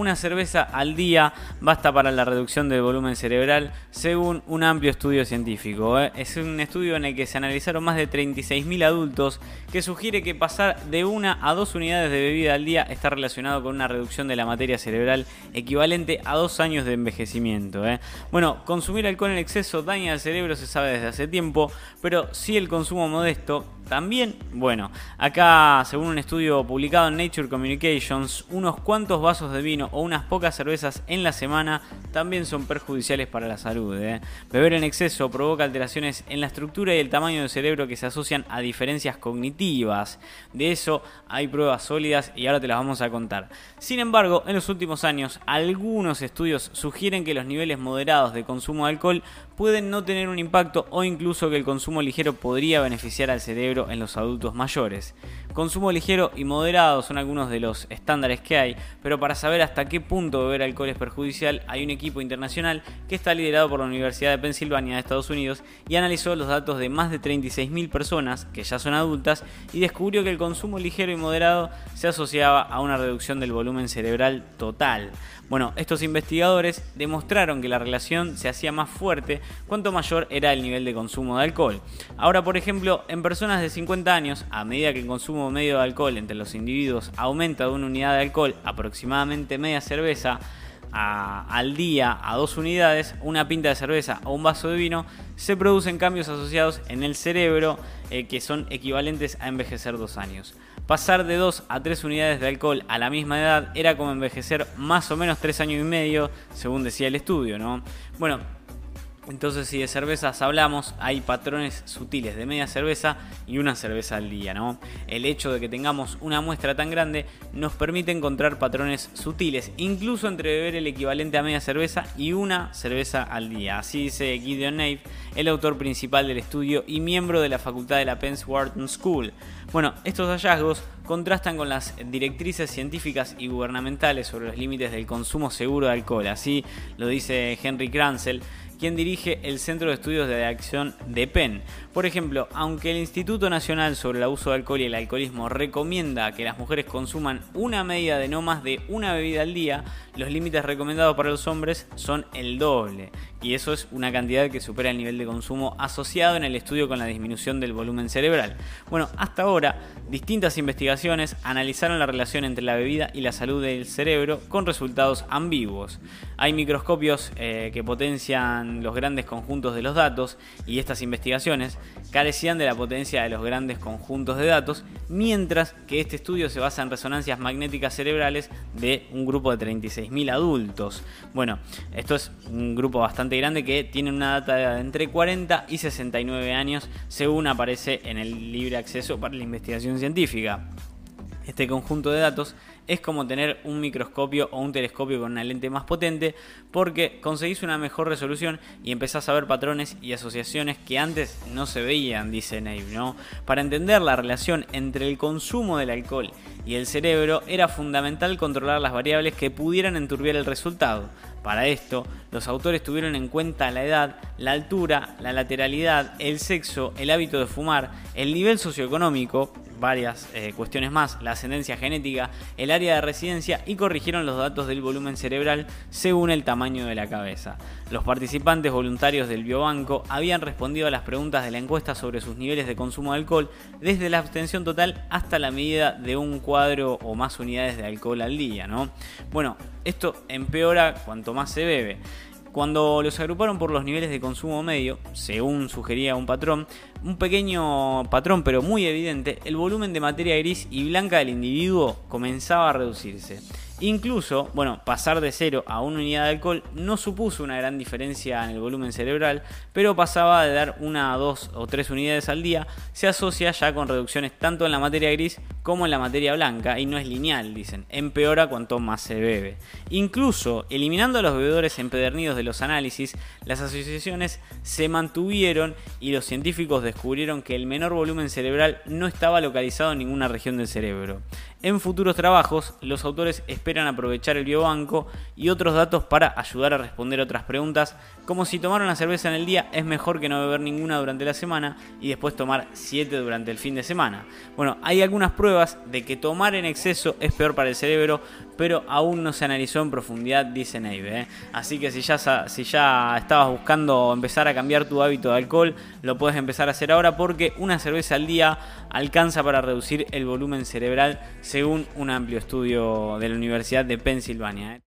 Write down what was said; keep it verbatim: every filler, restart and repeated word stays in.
una cerveza al día basta para la reducción del volumen cerebral, según un amplio estudio científico. ¿eh? Es un estudio en el que se analizaron más de treinta y seis mil adultos, que sugiere que pasar de una a dos unidades de bebida al día está relacionado con una reducción de la materia cerebral equivalente a dos años de envejecimiento. ¿eh? Bueno, consumir alcohol en exceso daña al cerebro, se sabe desde hace tiempo, pero si el consumo modesto también, bueno, acá según un estudio publicado en Nature Communications, unos cuantos vasos de vino o unas pocas cervezas en la semana también son perjudiciales para la salud. ¿eh? Beber en exceso provoca alteraciones en la estructura y el tamaño del cerebro que se asocian a diferencias cognitivas. De eso hay pruebas sólidas y ahora te las vamos a contar. Sin embargo, en los últimos años, algunos estudios sugieren que los niveles moderados de consumo de alcohol pueden no tener un impacto o incluso que el consumo ligero podría beneficiar al cerebro en los adultos mayores. Consumo ligero y moderado son algunos de los estándares que hay, pero para saber hasta qué punto beber alcohol es perjudicial, hay un equipo internacional que está liderado por la Universidad de Pensilvania de Estados Unidos y analizó los datos de más de treinta y seis mil personas que ya son adultas y descubrió que el consumo ligero y moderado se asociaba a una reducción del volumen cerebral total. Bueno, estos investigadores demostraron que la relación se hacía más fuerte cuanto mayor era el nivel de consumo de alcohol. Ahora, por ejemplo, en personas de cincuenta años, a medida que el consumo medio de alcohol entre los individuos aumenta de una unidad de alcohol, aproximadamente media cerveza a, al día a dos unidades, una pinta de cerveza o un vaso de vino, se producen cambios asociados en el cerebro eh, que son equivalentes a envejecer dos años. Pasar de dos a tres unidades de alcohol a la misma edad era como envejecer más o menos tres años y medio, según decía el estudio, ¿no? Bueno, entonces si de cervezas hablamos, hay patrones sutiles de media cerveza y una cerveza al día, ¿no? El hecho de que tengamos una muestra tan grande nos permite encontrar patrones sutiles, incluso entre beber el equivalente a media cerveza y una cerveza al día. Así dice Gideon Neff, el autor principal del estudio y miembro de la facultad de la Penn Wharton School. Bueno, estos hallazgos contrastan con las directrices científicas y gubernamentales sobre los límites del consumo seguro de alcohol. Así lo dice Henry Kranzel, quien dirige el Centro de Estudios de Adicción de Penn. Por ejemplo, aunque el Instituto Nacional sobre el Abuso de Alcohol y el Alcoholismo recomienda que las mujeres consuman una media de no más de una bebida al día, los límites recomendados para los hombres son el doble. Y eso es una cantidad que supera el nivel de consumo asociado en el estudio con la disminución del volumen cerebral. Bueno, hasta ahora, distintas investigaciones analizaron la relación entre la bebida y la salud del cerebro con resultados ambiguos. Hay microscopios eh, que potencian los grandes conjuntos de los datos y estas investigaciones carecían de la potencia de los grandes conjuntos de datos, mientras que este estudio se basa en resonancias magnéticas cerebrales de un grupo de treinta y seis mil adultos. Bueno, esto es un grupo bastante grande que tiene una data de entre cuarenta y sesenta y nueve años, según aparece en el libre acceso para la investigación científica. Este conjunto de datos es como tener un microscopio o un telescopio con una lente más potente, porque conseguís una mejor resolución y empezás a ver patrones y asociaciones que antes no se veían, dice Neff, ¿no? Para entender la relación entre el consumo del alcohol y el cerebro era fundamental controlar las variables que pudieran enturbiar el resultado. Para esto, los autores tuvieron en cuenta la edad, la altura, la lateralidad, el sexo, el hábito de fumar, el nivel socioeconómico, varias eh, cuestiones más, la ascendencia genética, el área de residencia y corrigieron los datos del volumen cerebral según el tamaño de la cabeza. Los participantes voluntarios del biobanco habían respondido a las preguntas de la encuesta sobre sus niveles de consumo de alcohol, desde la abstención total hasta la medida de un cuadro o más unidades de alcohol al día, ¿no? Bueno, esto empeora cuanto más se bebe. Cuando los agruparon por los niveles de consumo medio, según sugería un patrón, un pequeño patrón pero muy evidente, el volumen de materia gris y blanca del individuo comenzaba a reducirse. Incluso, bueno, pasar de cero a una unidad de alcohol no supuso una gran diferencia en el volumen cerebral, pero pasaba de dar una, dos o tres unidades al día, se asocia ya con reducciones tanto en la materia gris como en la materia blanca, y no es lineal, dicen, empeora cuanto más se bebe. Incluso, eliminando a los bebedores empedernidos de los análisis, las asociaciones se mantuvieron y los científicos descubrieron que el menor volumen cerebral no estaba localizado en ninguna región del cerebro. En futuros trabajos, los autores esperan aprovechar el biobanco y otros datos para ayudar a responder otras preguntas, como si tomar una cerveza en el día es mejor que no beber ninguna durante la semana y después tomar siete durante el fin de semana. Bueno, hay algunas pruebas pruebas de que tomar en exceso es peor para el cerebro, pero aún no se analizó en profundidad, dice Neive, ¿eh? Así que si ya, si ya estabas buscando empezar a cambiar tu hábito de alcohol, lo puedes empezar a hacer ahora, porque una cerveza al día alcanza para reducir el volumen cerebral, según un amplio estudio de la Universidad de Pensilvania, ¿eh?